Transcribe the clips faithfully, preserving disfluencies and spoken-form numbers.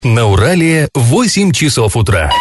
На Урале восемь часов утра.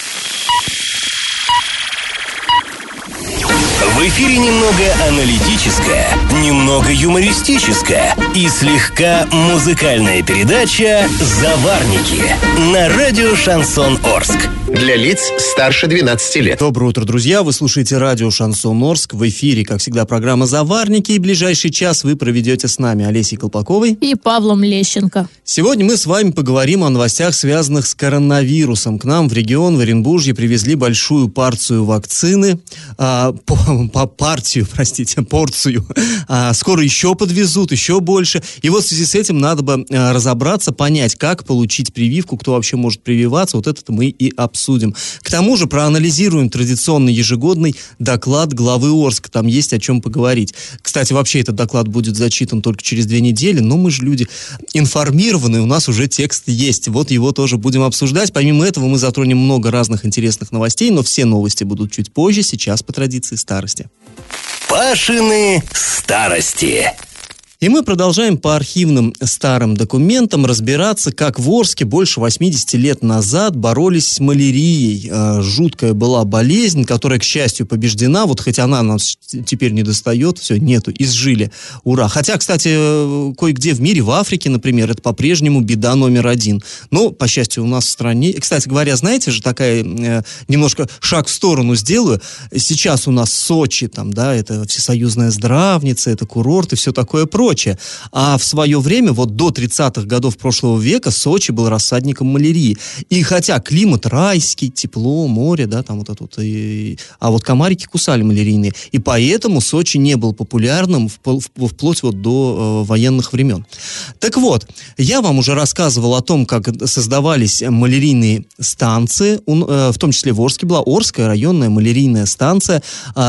В эфире немного аналитическая, немного юмористическая и слегка музыкальная передача «Заварники» на радио «Шансон Орск». Для лиц старше двенадцати лет. Доброе утро, друзья. Вы слушаете радио «Шансон Орск». В эфире, как всегда, программа «Заварники». И ближайший час вы проведете с нами Олесей Колпаковой и Павлом Лещенко. Сегодня мы с вами поговорим о новостях, связанных с коронавирусом. К нам в регион, в Оренбуржье, привезли большую партию вакцины. А, по, по партию, простите, порцию. А, скоро еще подвезут, еще больше. И вот в связи с этим надо бы а, разобраться, понять, как получить прививку, кто вообще может прививаться. Вот это мы и обсудим. Обсудим. К тому же проанализируем традиционный ежегодный доклад главы Орска. Там есть о чем поговорить. Кстати, вообще этот доклад будет зачитан только через две недели, но мы же люди информированные, у нас уже текст есть. Вот его тоже будем обсуждать. Помимо этого мы затронем много разных интересных новостей, но все новости будут чуть позже, сейчас по традиции старости. Пашины старости. И мы продолжаем по архивным старым документам разбираться, как в Орске больше восемьдесят лет назад боролись с малярией. Э, жуткая была болезнь, которая, к счастью, побеждена. Вот хоть она нас теперь не достает, все, нету, изжили. Ура. Хотя, кстати, э, кое-где в мире, в Африке, например, это по-прежнему беда номер один. Но, по счастью, у нас в стране... Кстати говоря, знаете же, такая э, немножко шаг в сторону сделаю. Сейчас у нас Сочи, там, да, это всесоюзная здравница, это курорт и все такое прочее. А в свое время, вот до тридцатых годов прошлого века, Сочи был рассадником малярии. И хотя климат райский, тепло, море, да, там вот это вот, и... а вот комарики кусали малярийные. И поэтому Сочи не был популярным вплоть вот до э, военных времен. Так вот, я вам уже рассказывал о том, как создавались малярийные станции, в том числе в Орске была Орская районная малярийная станция.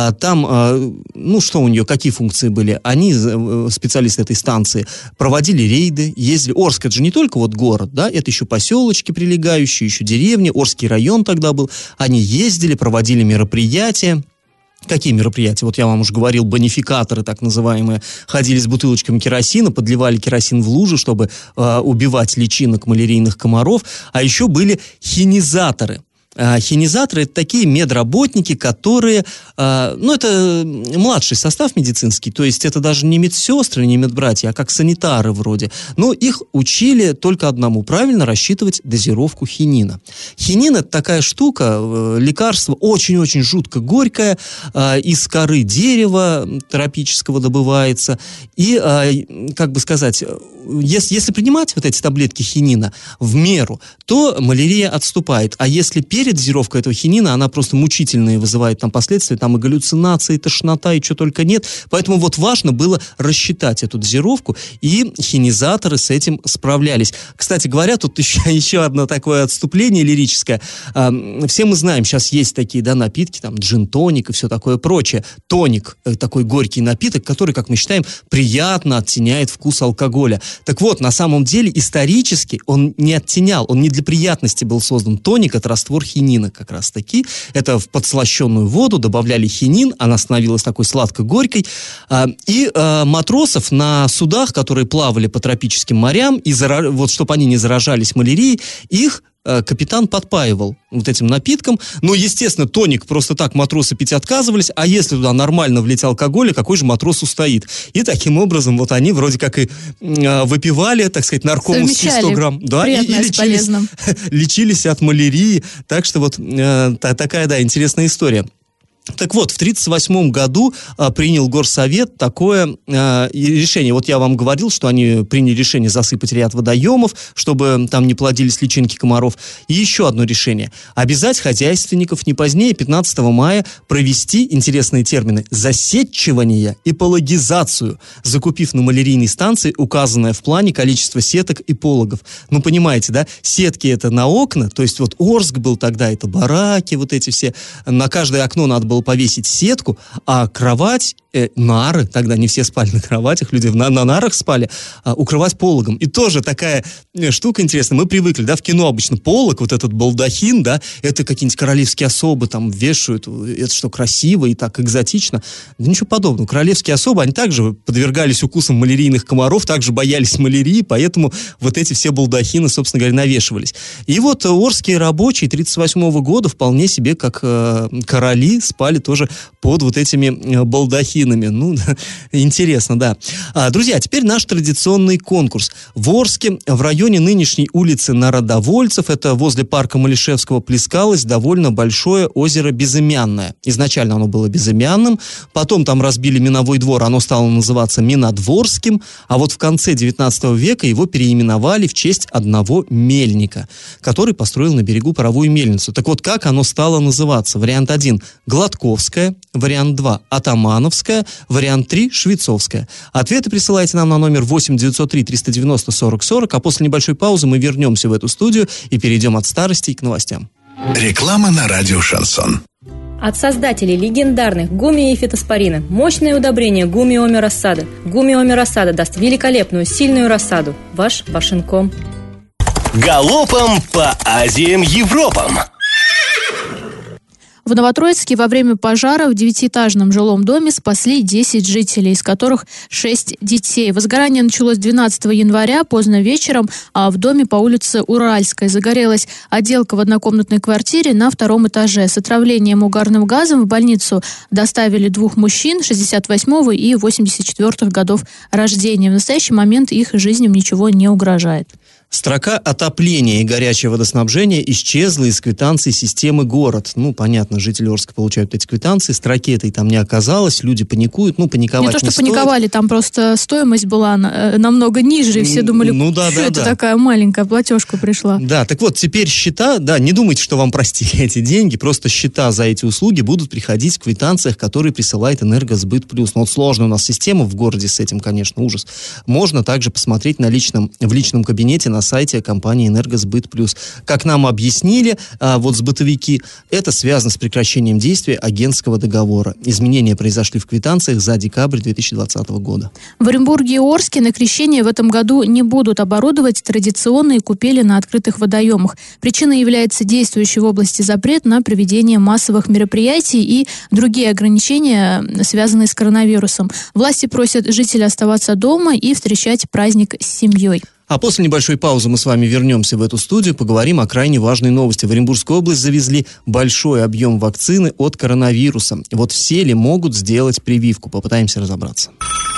Там, ну что у нее, какие функции были? Они, специалисты этой станции, проводили рейды, ездили. Орск — это же не только вот город, да, это еще поселочки прилегающие, еще деревни, Орский район тогда был. Они ездили, проводили мероприятия. Какие мероприятия? Вот я вам уже говорил, бонификаторы так называемые, ходили с бутылочками керосина, подливали керосин в лужи, чтобы э, убивать личинок малярийных комаров, а еще были хинизаторы. Хинизаторы — это такие медработники, которые, э, ну, это младший состав медицинский, то есть это даже не медсестры, не медбратья, а как санитары вроде. Но их учили только одному — правильно рассчитывать дозировку хинина. Хинин — это такая штука, э, лекарство очень-очень жутко горькое, э, из коры дерева тропического добывается. И, э, как бы сказать, если, если принимать вот эти таблетки хинина в меру, то малярия отступает. А если перед дозировкой этого хинина, она просто мучительные вызывает там последствия, там и галлюцинации, и тошнота, и что только нет. Поэтому вот важно было рассчитать эту дозировку, и хинизаторы с этим справлялись. Кстати говоря, тут еще, еще одно такое отступление лирическое. А, все мы знаем, сейчас есть такие, да, напитки, там, джин-тоник и все такое прочее. Тоник, такой горький напиток, который, как мы считаем, приятно оттеняет вкус алкоголя. Так вот, на самом деле, исторически он не оттенял, он не для приятности был создан. Тоник — это раствор хинина как раз таки. Это в подслащенную воду добавляли хинин, она становилась такой сладко-горькой. И матросов на судах, которые плавали по тропическим морям, и зара... вот чтобы они не заражались малярией, их капитан подпаивал вот этим напитком. Но, естественно, тоник просто так матросы пить отказывались, а если туда нормально влить алкоголь, какой же матрос устоит? И таким образом вот они вроде как и э, выпивали, так сказать, наркомус сто грамм. Да, и, и лечились, лечились от малярии. Так что вот э, та, такая, да, интересная история. Так вот, в тридцать восьмом году а, принял Горсовет такое а, решение. Вот я вам говорил, что они приняли решение засыпать ряд водоемов, чтобы там не плодились личинки комаров. И еще одно решение. Обязать хозяйственников не позднее пятнадцатого мая провести, интересные термины, засетчивание и пологизацию, закупив на малярийной станции указанное в плане количество сеток и пологов. Ну, понимаете, да? Сетки — это на окна, то есть вот Орск был тогда, это бараки, вот эти все. На каждое окно надо было повесить сетку, а кровать э, нары, тогда не все спали на кроватях, люди на, на нарах спали, а, укрывать пологом. И тоже такая э, штука интересная. Мы привыкли, да, в кино обычно полог, вот этот балдахин, да, это какие-нибудь королевские особы там вешают, это что, красиво и так экзотично. Да ничего подобного. Королевские особы, они также подвергались укусам малярийных комаров, также боялись малярии, поэтому вот эти все балдахины, собственно говоря, навешивались. И вот орские рабочие тридцать восьмого года вполне себе как э, короли спали тоже под вот этими балдахинами. Ну, интересно, да. А, друзья, теперь наш традиционный конкурс. В Орске, в районе нынешней улицы Народовольцев, это возле парка Малишевского, плескалось довольно большое озеро Безымянное. Изначально оно было безымянным, потом там разбили миновой двор, оно стало называться Минодворским, а вот в конце девятнадцатого века его переименовали в честь одного мельника, который построил на берегу паровую мельницу. Так вот, как оно стало называться? Вариант один – Гладковская, вариант два – Атамановская, вариант три – Швецовская. Ответы присылайте нам на номер восемь девятьсот три триста девяносто сорок сорок, а после небольшой паузы мы вернемся в эту студию и перейдем от старостей к новостям. Реклама на радио «Шансон». От создателей легендарных гумми и фитоспорина мощное удобрение гумми-оми рассада. Гумми-оми рассада даст великолепную, сильную рассаду. Ваш Вашинком. Галопом по Азиям, Европам. В Новотроицке во время пожара в девятиэтажном жилом доме спасли десять жителей, из которых шесть детей. Возгорание началось двенадцатого января поздно вечером, а в доме по улице Уральской загорелась отделка в однокомнатной квартире на втором этаже. С отравлением угарным газом в больницу доставили двух мужчин шестьдесят восьмого и восемьдесят четвёртых годов рождения. В настоящий момент их жизням ничего не угрожает. Строка отопления и горячее водоснабжение исчезла из квитанции системы «Город». Ну, понятно, жители Орска получают эти квитанции, строки этой там не оказалось, люди паникуют, ну, паниковать не то, что не паниковали, стоит. Там просто стоимость была на, намного ниже, и все думали, ну, да, что да, это да. такая маленькая платежка пришла. Да, так вот, теперь счета, да, не думайте, что вам простили эти деньги, просто счета за эти услуги будут приходить в квитанциях, которые присылает Энергосбыт Плюс. Ну, вот сложная у нас система в городе с этим, конечно, ужас. Можно также посмотреть на личном, в личном кабинете на сайте компании Энергосбыт Плюс. Как нам объяснили, а, вот сбытовики, это связано с прекращением действия агентского договора. Изменения произошли в квитанциях за декабрь две тысячи двадцатого года. В Оренбурге и Орске на крещение в этом году не будут оборудовать традиционные купели на открытых водоемах. Причиной является действующий в области запрет на проведение массовых мероприятий и другие ограничения, связанные с коронавирусом. Власти просят жителей оставаться дома и встречать праздник с семьей. А после небольшой паузы мы с вами вернемся в эту студию, поговорим о крайне важной новости. В Оренбургскую область завезли большой объем вакцины от коронавируса. Вот все ли могут сделать прививку? Попытаемся разобраться.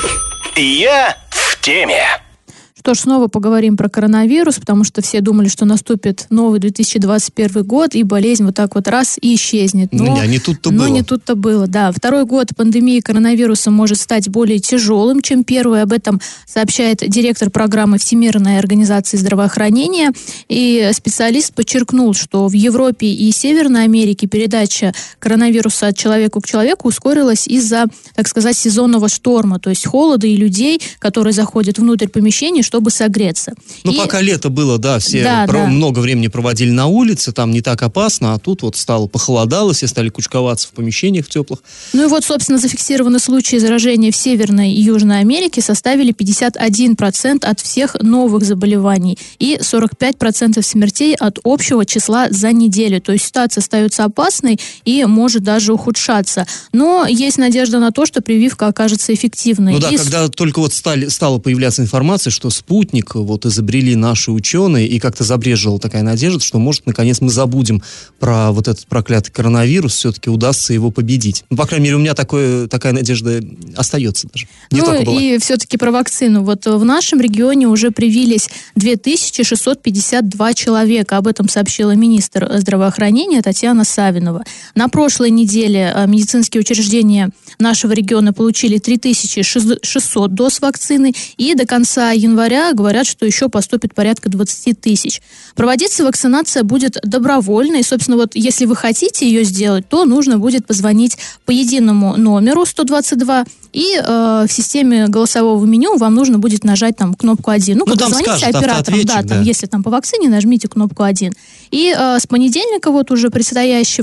Я в теме. Что ж, снова поговорим про коронавирус, потому что все думали, что наступит новый две тысячи двадцать первый год, и болезнь вот так вот раз и исчезнет. Но, ну, не, не тут-то но было. не тут-то было, да. Второй год пандемии коронавируса может стать более тяжелым, чем первый. Об этом сообщает директор программы Всемирной организации здравоохранения. И специалист подчеркнул, что в Европе и Северной Америке передача коронавируса от человека к человеку ускорилась из-за, так сказать, сезонного шторма, то есть холода и людей, которые заходят внутрь помещений, чтобы согреться. Ну, и... пока лето было, да, все да, про- да. много времени проводили на улице, там не так опасно, а тут вот стало похолодало, все стали кучковаться в помещениях теплых. Ну и вот, собственно, зафиксированы случаи заражения в Северной и Южной Америке составили пятьдесят один процент от всех новых заболеваний и сорок пять процентов смертей от общего числа за неделю. То есть ситуация остается опасной и может даже ухудшаться. Но есть надежда на то, что прививка окажется эффективной. Ну да, и... когда только вот стали, стала появляться информация, что спутник вот изобрели наши ученые, и как-то забрежила такая надежда, что, может, наконец мы забудем про вот этот проклятый коронавирус, все-таки удастся его победить. Ну, по крайней мере, у меня такое, такая надежда остается даже. Не ну только была. И все-таки про вакцину. Вот в нашем регионе уже привились две тысячи шестьсот пятьдесят два человека. Об этом сообщила министр здравоохранения Татьяна Савинова. На прошлой неделе медицинские учреждения нашего региона получили три тысячи шестьсот доз вакцины, и до конца января говорят, что еще поступит порядка двадцать тысяч. Проводиться вакцинация будет добровольно, и, собственно, вот если вы хотите ее сделать, то нужно будет позвонить по единому номеру сто двадцать два, и э, в системе голосового меню вам нужно будет нажать там кнопку один. Ну, ну когда звоните скажет, операторам, да, там, да. если там по вакцине, нажмите кнопку один. И э, с понедельника вот уже предстоящего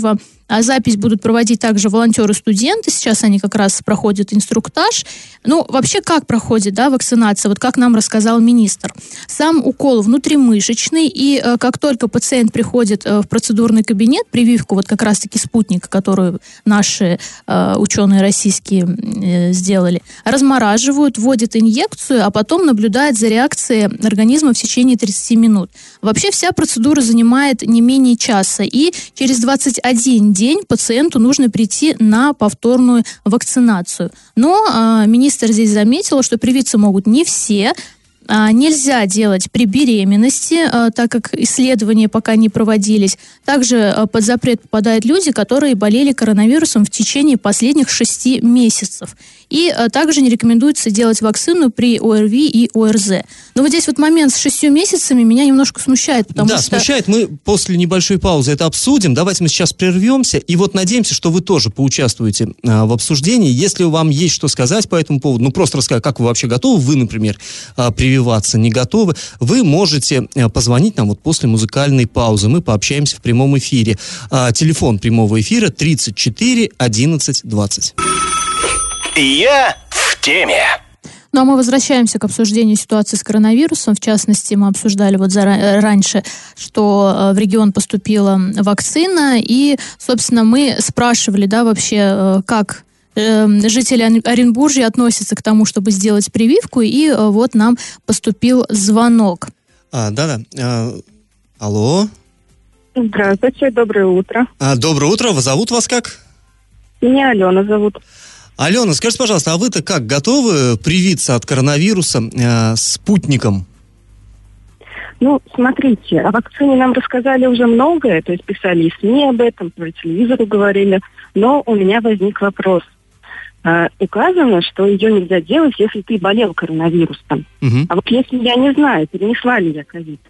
А запись будут проводить также волонтеры-студенты. Сейчас они как раз проходят инструктаж. Ну, вообще, как проходит, да, вакцинация? Вот как нам рассказал министр. Сам укол внутримышечный, и э, как только пациент приходит э, в процедурный кабинет, прививку вот как раз-таки спутника, которую наши э, ученые российские э, сделали, размораживают, вводят инъекцию, а потом наблюдают за реакцией организма в течение тридцати минут. Вообще вся процедура занимает не менее часа, и через двадцать один день пациенту нужно прийти на повторную вакцинацию. Но э, министр здесь заметил, что привиться могут не все. А, нельзя делать при беременности, а, так как исследования пока не проводились. Также а, под запрет попадают люди, которые болели коронавирусом в течение последних шести месяцев. И а, также не рекомендуется делать вакцину при ОРВИ и ОРЗ. Но вот здесь вот момент с шестью месяцами меня немножко смущает, потому да, что... смущает. Мы после небольшой паузы это обсудим. Давайте мы сейчас прервемся. И вот надеемся, что вы тоже поучаствуете а, в обсуждении. Если вам есть что сказать по этому поводу, ну просто рассказать, как вы вообще готовы, вы, например, а, прививаться, не готовы, вы можете позвонить нам вот после музыкальной паузы. Мы пообщаемся в прямом эфире. А, телефон прямого эфира тридцать четыре одиннадцать двадцать. Я в теме. Ну, а мы возвращаемся к обсуждению ситуации с коронавирусом. В частности, мы обсуждали вот зара- раньше, что в регион поступила вакцина, и, собственно, мы спрашивали, да, вообще, как жители Оренбуржья относятся к тому, чтобы сделать прививку, и вот нам поступил звонок. А, да-да. А, алло. Здравствуйте, доброе утро. А, доброе утро. Зовут вас как? Меня Алена зовут. Алена, скажите, пожалуйста, а вы-то как, готовы привиться от коронавируса э, спутником? Ну, смотрите, о вакцине нам рассказали уже многое, то есть писали и СМИ об этом, по телевизору говорили, но у меня возник вопрос. Э, указано, что ее нельзя делать, если ты болел коронавирусом. Угу. А вот если я не знаю, перенесла ли я ковид?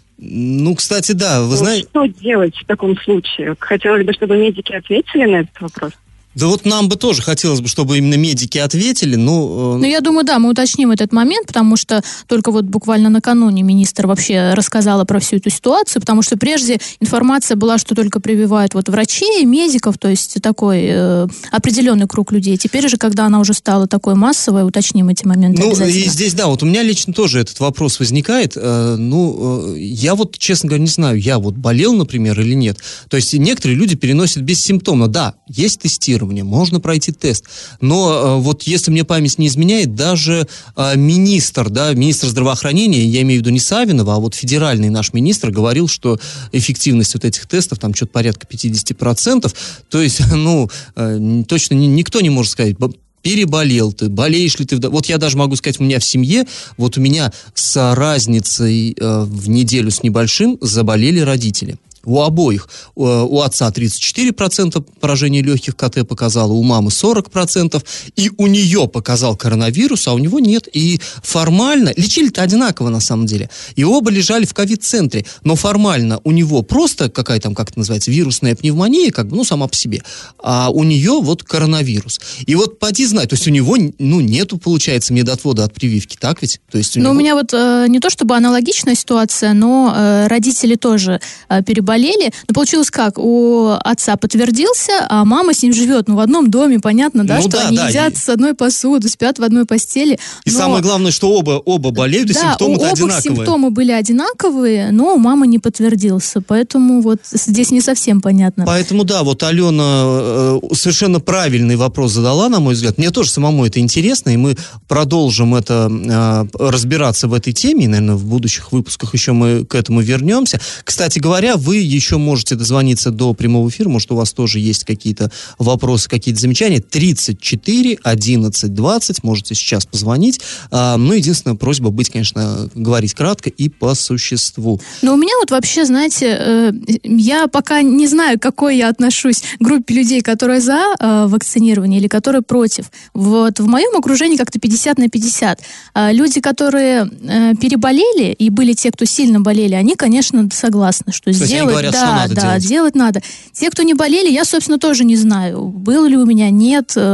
Ну, кстати, да, вы ну, знаете... Что делать в таком случае? Хотелось бы, чтобы медики ответили на этот вопрос. Да вот нам бы тоже хотелось бы, чтобы именно медики ответили, но... Э... Ну, я думаю, да, мы уточним этот момент, потому что только вот буквально накануне министр вообще рассказала про всю эту ситуацию, потому что прежде информация была, что только прививают вот врачей, медиков, то есть такой э, определенный круг людей. Теперь же, когда она уже стала такой массовой, уточним эти моменты ну, обязательно. Ну, и здесь, да, вот у меня лично тоже этот вопрос возникает. Э, ну, э, я вот, честно говоря, не знаю, я вот болел, например, или нет. То есть некоторые люди переносят бессимптомно. Да, есть тестирование, можно пройти тест. Но э, вот если мне память не изменяет, даже э, министр, да, министр здравоохранения, я имею в виду не Савинова, а вот федеральный наш министр говорил, что эффективность вот этих тестов там что-то порядка пятьдесят процентов. То есть, ну, э, точно ни, никто не может сказать, переболел ты, болеешь ли ты. Вот я даже могу сказать, у меня в семье, вот у меня с разницей э, в неделю с небольшим заболели родители. У обоих. У отца тридцать четыре процента поражения легких КТ показало, у мамы сорок процентов, и у нее показал коронавирус, а у него нет. И формально, лечили-то одинаково на самом деле, и оба лежали в ковид-центре, но формально у него просто какая там, как это называется, вирусная пневмония, как бы, ну, сама по себе, а у нее вот коронавирус. И вот поди знай, то есть у него, ну, нету, получается, медотвода от прививки, так ведь? То есть у ну, него... у меня вот э, не то чтобы аналогичная ситуация, но э, родители тоже э, переболели. болели, но получилось как? У отца подтвердился, а мама с ним живет, ну, в одном доме, понятно, да, ну, что да, они да, едят и... с одной посуды, спят в одной постели. И но... самое главное, что оба, оба болеют, и да, симптомы-то у одинаковые. симптомы были одинаковые, но у мамы не подтвердился, поэтому вот здесь не совсем понятно. Поэтому, да, вот Алена э, совершенно правильный вопрос задала, на мой взгляд. Мне тоже самому это интересно, и мы продолжим это, э, разбираться в этой теме, и, наверное, в будущих выпусках еще мы к этому вернемся. Кстати говоря, вы еще можете дозвониться до прямого эфира, может, у вас тоже есть какие-то вопросы, какие-то замечания. тридцать четыре одиннадцать двадцать, можете сейчас позвонить. А, ну, единственная просьба быть, конечно, говорить кратко и по существу. Но у меня вот вообще, знаете, э, я пока не знаю, к какой я отношусь к группе людей, которые за э, вакцинирование или которые против. Вот в моем окружении как-то пятьдесят на пятьдесят. А люди, которые э, переболели, и были те, кто сильно болели, они, конечно, согласны, что То сделать... есть они говорят, да, что надо да, делать. делать надо. Те, кто не болели, я, собственно, тоже не знаю, был ли у меня, нет.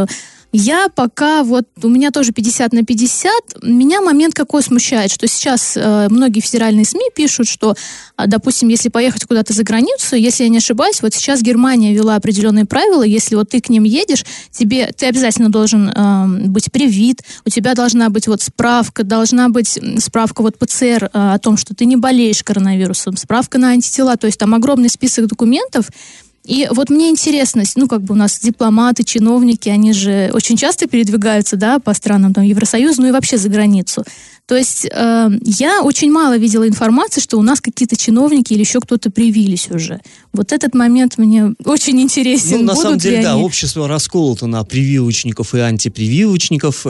Я пока, вот у меня тоже пятьдесят на пятьдесят, меня момент какой смущает, что сейчас э, многие федеральные СМИ пишут, что, э, допустим, если поехать куда-то за границу, если я не ошибаюсь, вот сейчас Германия ввела определенные правила, если вот ты к ним едешь, тебе, ты обязательно должен э, быть привит, у тебя должна быть вот справка, должна быть справка вот ПЦР э, о том, что ты не болеешь коронавирусом, справка на антитела, то есть там огромный список документов. И вот мне интересно, ну, как бы у нас дипломаты, чиновники, они же очень часто передвигаются, да, по странам там Евросоюза, ну и вообще за границу. То есть э, я очень мало видела информации, что у нас какие-то чиновники или еще кто-то привились уже. Вот этот момент мне очень интересен. Ну, на Будут самом деле, ли да, они... общество расколото на прививочников и антипрививочников.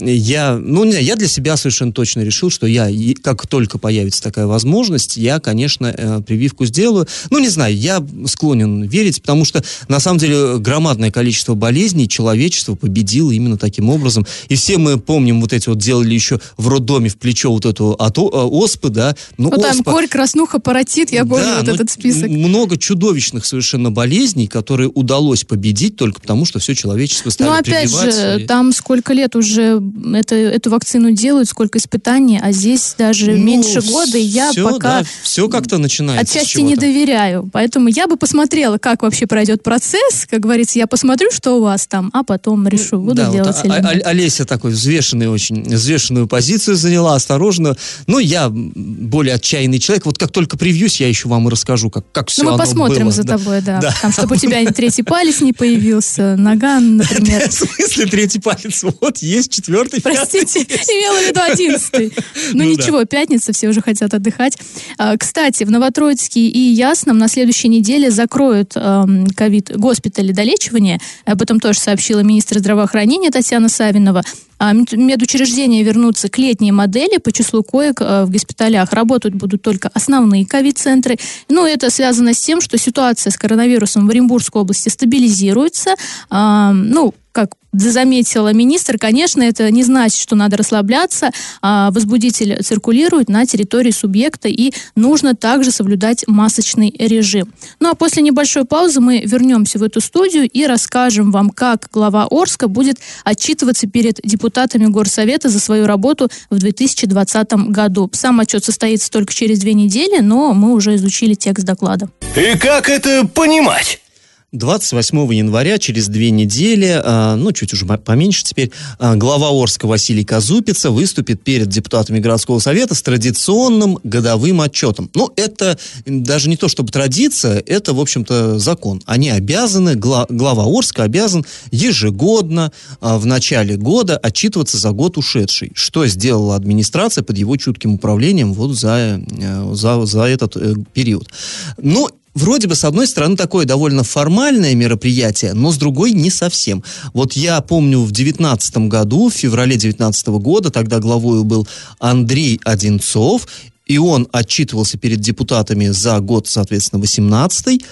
Я, ну, не знаю, я для себя совершенно точно решил, что я, как только появится такая возможность, я, конечно, прививку сделаю. Ну, не знаю, я склонен верить, потому что, на самом деле, громадное количество болезней человечество победило именно таким образом. И все мы помним, вот эти вот делали еще в роддоме в плечо вот эту ото, оспы, да. Ну, ну оспа... там корь, краснуха, паротит, я помню, да, вот этот список. Много чудовищных совершенно болезней, которые удалось победить только потому, что все человечество стали прививать. Ну, опять прививаться. же, и... там сколько лет уже это, эту вакцину делают, сколько испытаний, а здесь даже ну, меньше года, и я все, пока... Да, все как-то начинается отчасти не доверяю. Поэтому я бы посмотрела, как вообще пройдет процесс. Как говорится, я посмотрю, что у вас там, а потом решу, буду да, делать вот или нет. Олеся такой взвешенный очень, взвешенную позицию заняла, осторожную. Ну, я более отчаянный человек. Вот как только привьюсь, я еще вам и расскажу, как, как все ну, оно было. Мы посмотрим было. за да. тобой, да. да. Там, чтобы у тебя третий палец не появился, нога, например. В смысле третий палец? Вот, есть четвертый, Простите, имела в виду одиннадцатый. Ну, ничего, пятница, все уже хотят отдыхать. Кстати, в Новотроицке и Ясном на следующей неделе закроют ковид госпитали долечивания. Об этом тоже сообщила министр здравоохранения Татьяна Савинова. Медучреждения вернутся к летней модели по числу коек в госпиталях. Работать будут только основные ковид-центры. Ну, это связано с тем, что ситуация с коронавирусом в Оренбургской области стабилизируется. А, ну, как заметила министр, конечно, это не значит, что надо расслабляться. А возбудитель циркулирует на территории субъекта, и нужно также соблюдать масочный режим. Ну, а после небольшой паузы мы вернемся в эту студию и расскажем вам, как глава Орска будет отчитываться перед депутатами Горсовета за свою работу в две тысячи двадцатом году. Сам отчет состоится только через две недели, но мы уже изучили текст доклада. И как это понимать? двадцать восьмого января, через две недели, э, ну, чуть уже поменьше теперь, э, глава Орска Василий Казупица выступит перед депутатами городского совета с традиционным годовым отчетом. Ну, это даже не то чтобы традиция, это, в общем-то, закон. Они обязаны, гла- глава Орска обязан ежегодно э, в начале года отчитываться за год ушедший. Что сделала администрация под его чутким управлением вот за, э, за, за этот э, период. Ну, вроде бы, с одной стороны, такое довольно формальное мероприятие, но с другой не совсем. Вот я помню в девятнадцатом году, в феврале девятнадцатого года, тогда главою был Андрей Одинцов, и он отчитывался перед депутатами за год, соответственно, восемнадцатый,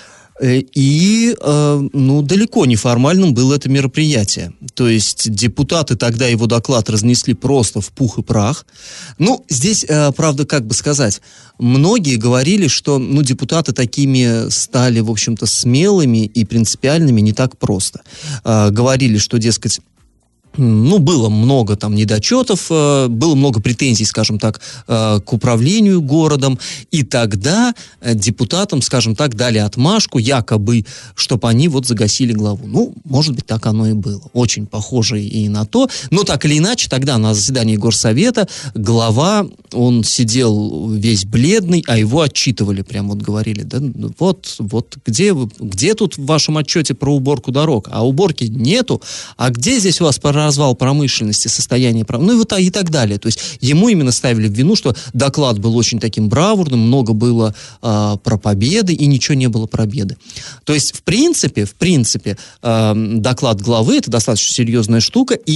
и, э, ну, далеко не формальным было это мероприятие. То есть депутаты тогда его доклад разнесли просто в пух и прах. Ну, здесь, э, правда, как бы сказать, многие говорили, что, ну, депутаты такими стали, в общем-то, смелыми и принципиальными не так просто. Э, говорили, что, дескать, ну, было много там недочетов, э, было много претензий, скажем так, э, к управлению городом, и тогда э, депутатам, скажем так, дали отмашку, якобы, чтобы они вот загасили главу. Ну, может быть, так оно и было. Очень похоже и на то. Но так или иначе, тогда на заседании Горсовета глава, он сидел весь бледный, а его отчитывали, прям вот говорили, да, вот, вот, где вы, где тут в вашем отчете про уборку дорог? А уборки нету. А где здесь у вас пора развал промышленности, состояние прав... ну и вот и так далее. То есть ему именно ставили в вину, что доклад был очень таким бравурным, много было э, про победы и ничего не было про беды. То есть в принципе, в принципе э, доклад главы — это достаточно серьезная штука, и в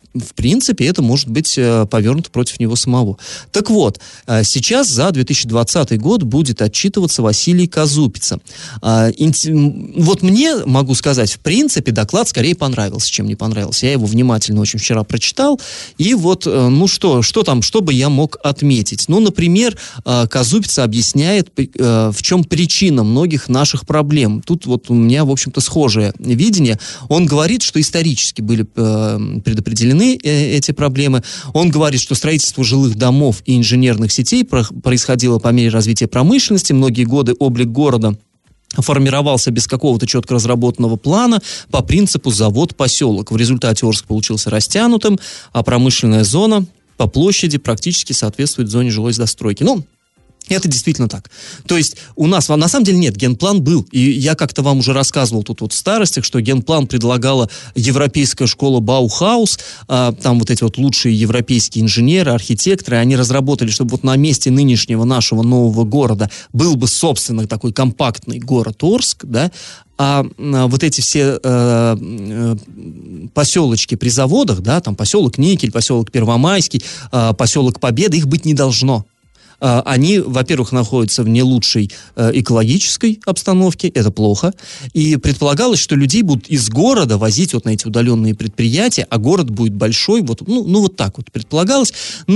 в принципе, это может быть э, повернуто против него самого. Так вот, э, сейчас за две тысячи двадцатый год будет отчитываться Василий Казупица. Э, инт... Вот мне, могу сказать, в принципе, доклад скорее понравился, чем не понравился. Я его внимательно очень вчера прочитал, и вот, э, ну что, что там, что бы я мог отметить? Ну, например, э, Казупица объясняет, э, в чем причина многих наших проблем. Тут вот у меня, в общем-то, схожее видение. Он говорит, что исторически были э, предопределены э, эти проблемы. Он говорит, что строительство жилых домов и инженерных сетей про- происходило по мере развития промышленности. Многие годы облик города формировался без какого-то четко разработанного плана по принципу завод-поселок. В результате Орск получился растянутым, а промышленная зона по площади практически соответствует зоне жилой застройки. Ну, это действительно так. То есть у нас, на самом деле нет, генплан был, и я как-то вам уже рассказывал тут вот в старостях, что генплан предлагала европейская школа Баухаус, а, там вот эти вот лучшие европейские инженеры, архитекторы, они разработали, чтобы вот на месте нынешнего нашего нового города был бы собственно такой компактный город Орск, да, а, а вот эти все э, э, поселочки при заводах, да, там поселок Никель, поселок Первомайский, э, поселок Победа, их быть не должно. Они, во-первых, находятся в не лучшей э, экологической обстановке, это плохо, и предполагалось, что людей будут из города возить вот на эти удаленные предприятия, а город будет большой, вот, ну, ну вот так вот предполагалось,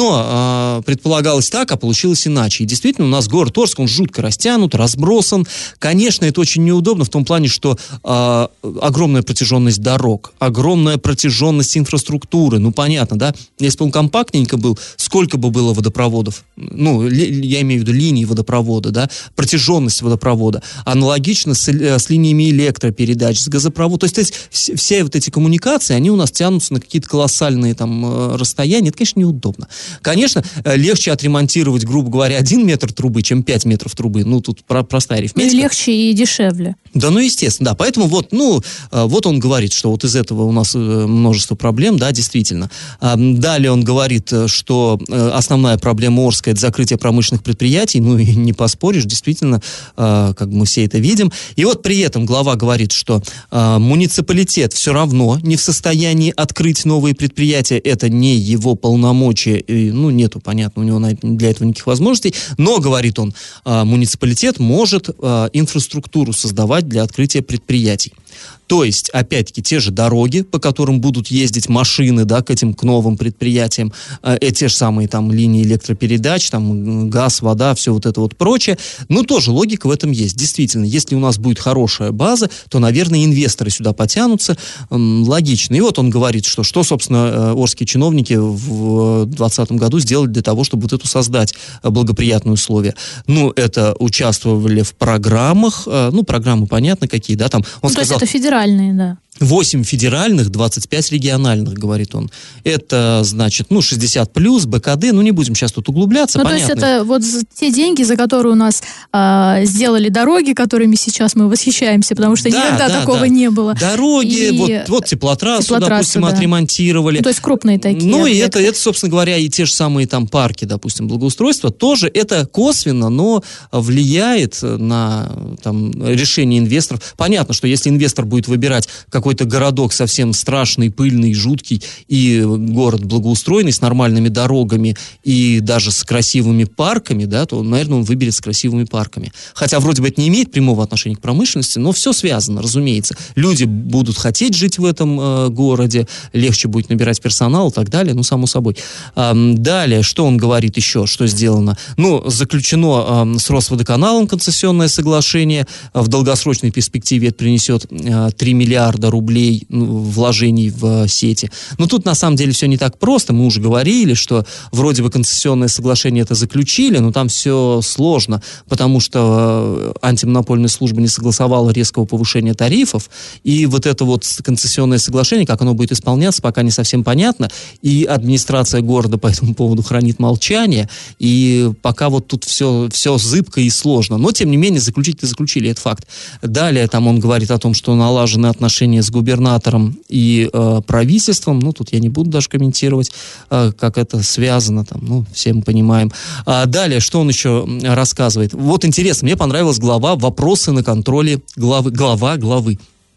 но э, предполагалось так, а получилось иначе, и действительно у нас город Орск, он жутко растянут, разбросан, конечно, это очень неудобно в том плане, что э, огромная протяженность дорог, огромная протяженность инфраструктуры, ну понятно, да, если бы он компактненько был, сколько бы было водопроводов, ну, я имею в виду линии водопровода, да, протяженность водопровода, аналогично с, с линиями электропередач, с газопроводом. То есть, то есть все, все вот эти коммуникации, они у нас тянутся на какие-то колоссальные там расстояния. Это, конечно, неудобно. Конечно, легче отремонтировать, грубо говоря, один метр трубы, чем пять метров трубы. Ну, тут про- простая арифметика. И легче, и дешевле. Да, ну, естественно, да. Поэтому вот, ну, вот он говорит, что вот из этого у нас множество проблем, да, действительно. Далее он говорит, что основная проблема Орска — это закрытие промышленных предприятий, ну и не поспоришь, действительно, э, как мы все это видим. И вот при этом глава говорит, что э, муниципалитет все равно не в состоянии открыть новые предприятия, это не его полномочия, и, ну, нету, понятно, у него для этого никаких возможностей, но, говорит он, э, муниципалитет может э, инфраструктуру создавать для открытия предприятий. То есть, опять-таки, те же дороги, по которым будут ездить машины, да, к этим, к новым предприятиям, э, те же самые там линии электропередач, там газ, вода, все вот это вот прочее. Ну, тоже логика в этом есть. Действительно, если у нас будет хорошая база, то, наверное, инвесторы сюда потянутся. Эм, логично. И вот он говорит, что, что, собственно, орские чиновники в двадцатом году сделали для того, чтобы вот эту создать благоприятные условия. Ну, это участвовали в программах, э, ну, программы понятно какие, да, там. Он ну, сказал, то есть это федеральные, да. восемь федеральных, двадцать пять региональных, говорит он. Это, значит, ну, шестьдесят плюс, БКД, ну, не будем сейчас тут углубляться, ну, понятно. То есть это вот те деньги, за которые у нас э, сделали дороги, которыми сейчас мы восхищаемся, потому что да, никогда да, такого да. не было. Дороги, и... вот, вот теплотрассу, теплотрассу, допустим, да. отремонтировали. Ну, то есть крупные такие Ну, объекты. и это, это, собственно говоря, и те же самые там парки, допустим, благоустройства, тоже это косвенно, но влияет на там, решение инвесторов. Понятно, что если инвестор будет выбирать какой-то городок совсем страшный, пыльный, жуткий, и город благоустроенный, с нормальными дорогами и даже с красивыми парками, да, то, наверное, он выберет с красивыми парками. Хотя вроде бы это не имеет прямого отношения к промышленности, но все связано, разумеется. Люди будут хотеть жить в этом э, городе, легче будет набирать персонал и так далее, ну, само собой. А, далее, что он говорит еще, что сделано? Ну, заключено э, с Росводоканалом концессионное соглашение, в долгосрочной перспективе это принесет э, три миллиарда рублей вложений в сети. Но тут на самом деле все не так просто. Мы уже говорили, что вроде бы концессионное соглашение это заключили, но там все сложно, потому что антимонопольная служба не согласовала резкого повышения тарифов, и вот это вот концессионное соглашение, как оно будет исполняться, пока не совсем понятно, и администрация города по этому поводу хранит молчание, и пока вот тут все, все зыбко и сложно. Но, тем не менее, заключить-то заключили, это факт. Далее там он говорит о том, что налажены отношения с губернатором и э, правительством, ну, тут я не буду даже комментировать, э, как это связано, там, ну, все мы понимаем. А далее, что он еще рассказывает? Вот интересно, мне понравилась глава «Вопросы на контроле главы», глава главы.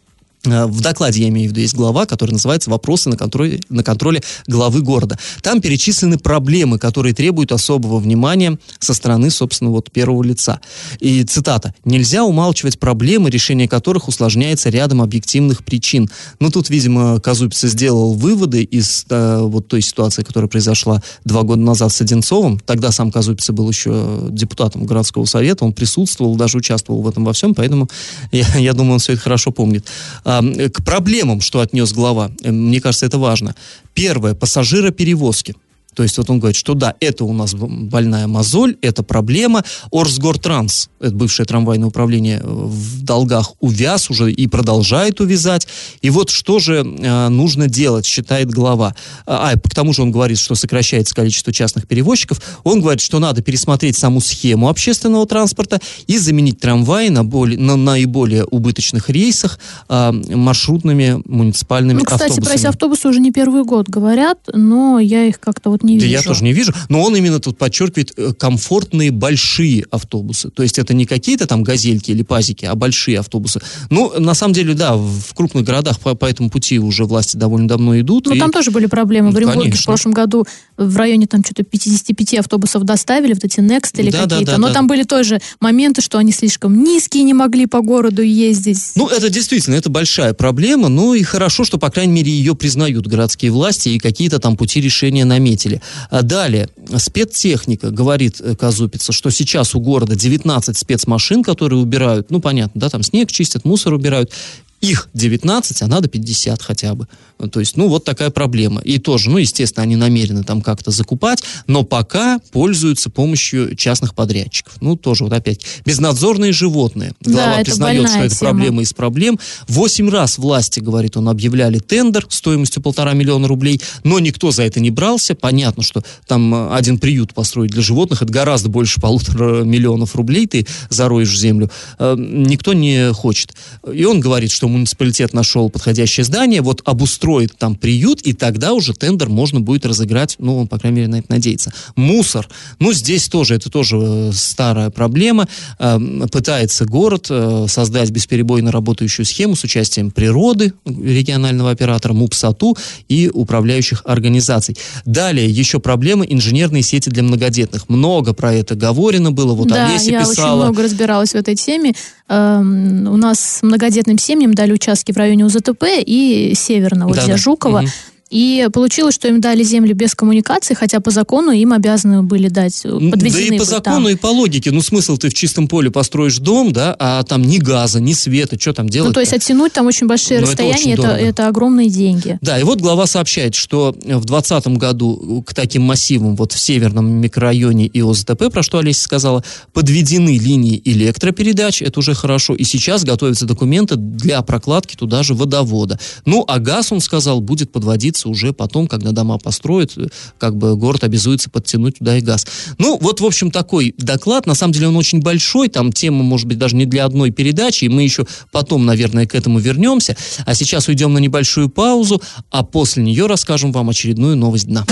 В докладе, я имею в виду, есть глава, которая называется «Вопросы на контроле, на контроле главы города». Там перечислены проблемы, которые требуют особого внимания со стороны, собственно, вот первого лица. И цитата: «Нельзя умалчивать проблемы, решение которых усложняется рядом объективных причин». Ну, тут, видимо, Казупица сделал выводы из э, вот той ситуации, которая произошла два года назад с Одинцовым. Тогда сам Казупица был еще депутатом городского совета, он присутствовал, даже участвовал в этом во всем, поэтому я, я думаю, он все это хорошо помнит. К проблемам, что отнес глава, мне кажется, это важно. Первое, пассажироперевозки. То есть вот он говорит, что да, это у нас больная мозоль, это проблема. Орсгортранс, это бывшее трамвайное управление, в долгах увяз уже и продолжает увязать. И вот что же э, нужно делать, считает глава. А, а, к тому же он говорит, что сокращается количество частных перевозчиков. Он говорит, что надо пересмотреть саму схему общественного транспорта и заменить трамваи на, более, на наиболее убыточных рейсах э, маршрутными муниципальными ну, кстати, автобусами. про эти автобусы уже не первый год говорят, но я их как-то вот не да вижу. Я тоже не вижу, но он именно тут подчеркивает комфортные большие автобусы. То есть это не какие-то там газельки или пазики, а большие автобусы. Ну, на самом деле, да, в крупных городах по, по этому пути уже власти довольно давно идут. Ну, и... там тоже были проблемы. В Оренбурге Конечно. в прошлом году в районе там что-то пятьдесят пять автобусов доставили, вот эти Next или да, какие-то. Да, да, но да. там были тоже моменты, что они слишком низкие, не могли по городу ездить. Ну, это действительно, это большая проблема, ну и хорошо, что, по крайней мере, ее признают городские власти и какие-то там пути решения наметили. А далее, спецтехника, говорит Казупица, что сейчас у города девятнадцать спецмашин, которые убирают, ну, понятно, да, там снег чистят, мусор убирают. Их девятнадцать, а надо пятьдесят хотя бы. То есть, ну, вот такая проблема. И тоже, ну, естественно, они намерены там как-то закупать, но пока пользуются помощью частных подрядчиков. Ну, тоже вот опять. Безнадзорные животные. Глава да, признает, что это тема. проблема из проблем. Восемь раз власти, говорит он, объявляли тендер стоимостью полтора миллиона рублей, но никто за это не брался. Понятно, что там один приют построить для животных, это гораздо больше полутора миллионов рублей ты зароешь в землю. Никто не хочет. И он говорит, что муниципалитет нашел подходящее здание, вот обустроит там приют, и тогда уже тендер можно будет разыграть, ну, он, по крайней мере, на это надеется. Мусор. Ну, здесь тоже, это тоже старая проблема. Э, пытается город э, создать бесперебойно работающую схему с участием природы, регионального оператора, МУПСАТУ и управляющих организаций. Далее еще проблема инженерные сети для многодетных. Много про это говорено было, вот да, Олеся я писала. очень много разбиралась в этой теме. Эм, у нас многодетным семьям дали участки в районе УЗТП и Северного, вот да, где да. Жукова. Угу. И получилось, что им дали землю без коммуникации, хотя по закону им обязаны были дать, подведены. Да и по закону, там. и по логике. Ну, смысл, ты в чистом поле построишь дом, да, а там ни газа, ни света, что там делать? Ну, то есть оттянуть там очень большие Но расстояния, это, это, это, это огромные деньги. Да, и вот глава сообщает, что в двадцатом году к таким массивам вот в северном микрорайоне и ОЗТП, про что Олеся сказала, подведены линии электропередач, это уже хорошо, и сейчас готовятся документы для прокладки туда же водовода. Ну, а газ, он сказал, будет подводиться уже потом, когда дома построят, как бы город обязуется подтянуть туда и газ. Ну, вот, в общем, такой доклад. На самом деле он очень большой, там тема, может быть, даже не для одной передачи, и мы еще потом, наверное, к этому вернемся. А сейчас уйдем на небольшую паузу, а после нее расскажем вам очередную новость дна.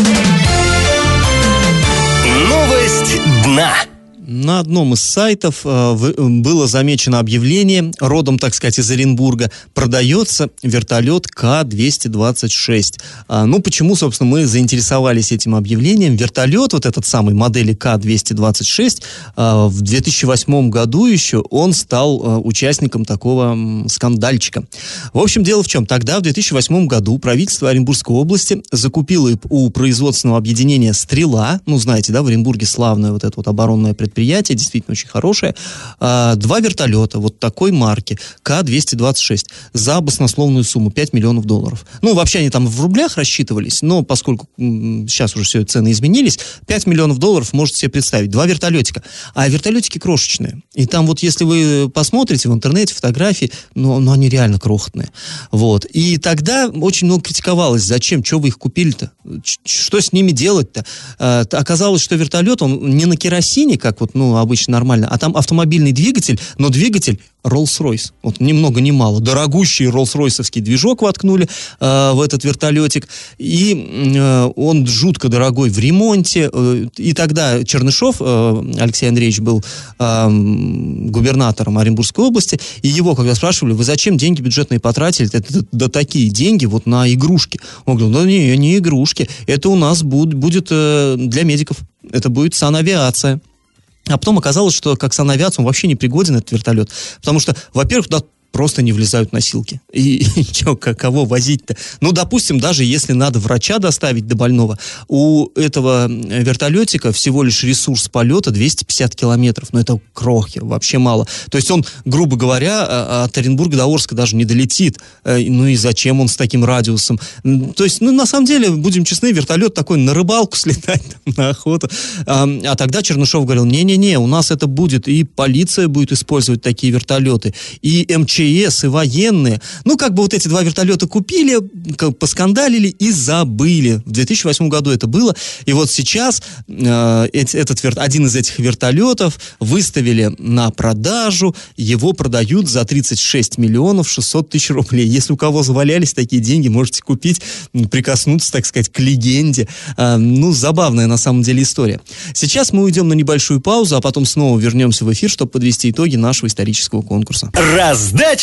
Новость дна. На одном из сайтов э, в, было замечено объявление, родом, так сказать, из Оренбурга, продается вертолет Ка двести двадцать шесть. А, ну, почему, собственно, мы заинтересовались этим объявлением? Вертолет, вот этот самый модели Ка двести двадцать шесть, э, в две тысячи восьмом году еще он стал э, участником такого м, скандальчика. В общем, дело в чем? Тогда, в две тысячи восьмом году, правительство Оренбургской области закупило у производственного объединения «Стрела», ну, знаете, да, в Оренбурге славное вот это вот оборонное предприятие, предприятие, действительно очень хорошее, а, два вертолета вот такой марки Ка двести двадцать шесть за баснословную сумму пять миллионов долларов. Ну, вообще они там в рублях рассчитывались, но поскольку м, сейчас уже все цены изменились, пять миллионов долларов можете себе представить. Два вертолетика. А вертолетики крошечные. И там вот если вы посмотрите в интернете фотографии, ну, ну они реально крохотные. Вот. И тогда очень много критиковалось, зачем, что вы их купили-то? Ч- что с ними делать-то? А, оказалось, что вертолет, он не на керосине, как вот, ну, обычно нормально, а там автомобильный двигатель, но двигатель Rolls-Royce. Вот ни много ни мало. Дорогущий Rolls-Royce'овский движок воткнули э, в этот вертолетик, и э, он жутко дорогой в ремонте. Э, и тогда Чернышов, э, Алексей Андреевич, был э, губернатором Оренбургской области, и его, когда спрашивали, вы зачем деньги бюджетные потратили, это, это, да такие деньги вот на игрушки. Он говорил, да не, не игрушки, это у нас буд, будет э, для медиков, это будет санавиация. А потом оказалось, что как санавиация он вообще не пригоден, этот вертолет. Потому что, во-первых, туда просто не влезают носилки. И, и чё, кого возить-то? Ну, допустим, даже если надо врача доставить до больного, у этого вертолетика всего лишь ресурс полета двести пятьдесят километров. Ну, это крохи, вообще мало. То есть он, грубо говоря, от Оренбурга до Орска даже не долетит. Ну и зачем он с таким радиусом? То есть, ну, на самом деле, будем честны, вертолет такой на рыбалку слетать, там, на охоту. А, а тогда Чернышов говорил, не-не-не, у нас это будет, и полиция будет использовать такие вертолеты, и эм че эс, и военные. Ну, как бы вот эти два вертолета купили, как, поскандалили и забыли. В две тысячи восьмом году это было. И вот сейчас э, этот, верт, один из этих вертолетов выставили на продажу. Его продают за тридцать шесть миллионов шестьсот тысяч рублей. Если у кого завалялись такие деньги, можете купить, прикоснуться, так сказать, к легенде. Э, ну, забавная на самом деле история. Сейчас мы уйдем на небольшую паузу, а потом снова вернемся в эфир, чтобы подвести итоги нашего исторического конкурса. Раздача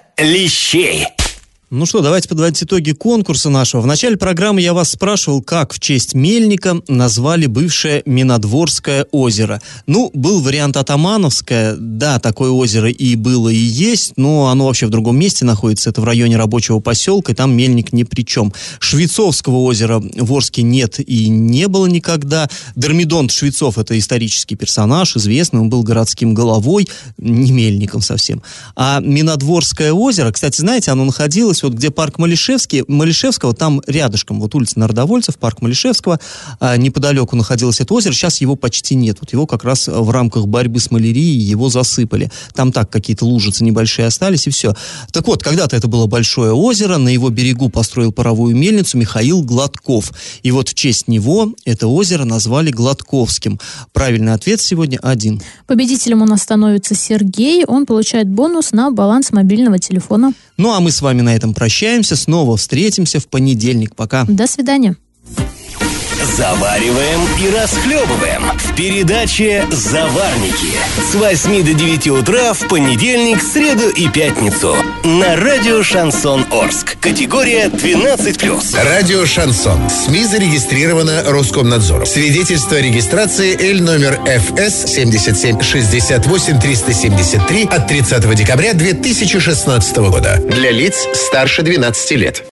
лещей. Ну что, давайте подводить итоги конкурса нашего. В начале программы я вас спрашивал, как в честь мельника назвали бывшее Минодворское озеро. Ну, был вариант Атамановское. Да, такое озеро и было, и есть, но оно вообще в другом месте находится. Это в районе рабочего поселка, и там мельник ни при чем. Швецовского озера в Орске нет и не было никогда. Дормидонт Швецов — это исторический персонаж, известный, он был городским головой, не мельником совсем. А Минодворское озеро, кстати, знаете, оно находилось вот где парк Малишевский, Малишевского, там рядышком, вот улица Народовольцев, парк Малишевского, а, неподалеку находилось это озеро, сейчас его почти нет. Вот его как раз в рамках борьбы с малярией его засыпали. Там так какие-то лужицы небольшие остались, и все. Так вот, когда-то это было большое озеро, на его берегу построил паровую мельницу Михаил Гладков. И вот в честь него это озеро назвали Гладковским. Правильный ответ сегодня один. Победителем у нас становится Сергей, он получает бонус на баланс мобильного телефона. Ну, а мы с вами на этом прощаемся, снова встретимся в понедельник. Пока. До свидания. Завариваем и расхлебываем в передаче «Заварники» с восьми до девяти утра в понедельник, среду и пятницу на радио «Шансон Орск». Категория двенадцать плюс. Радио «Шансон». СМИ зарегистрировано Роскомнадзором. Свидетельство о регистрации Л номер эф эс семьдесят семь шестьдесят восемь триста семьдесят три от тридцатого декабря две тысячи шестнадцатого года. Для лиц старше двенадцати лет.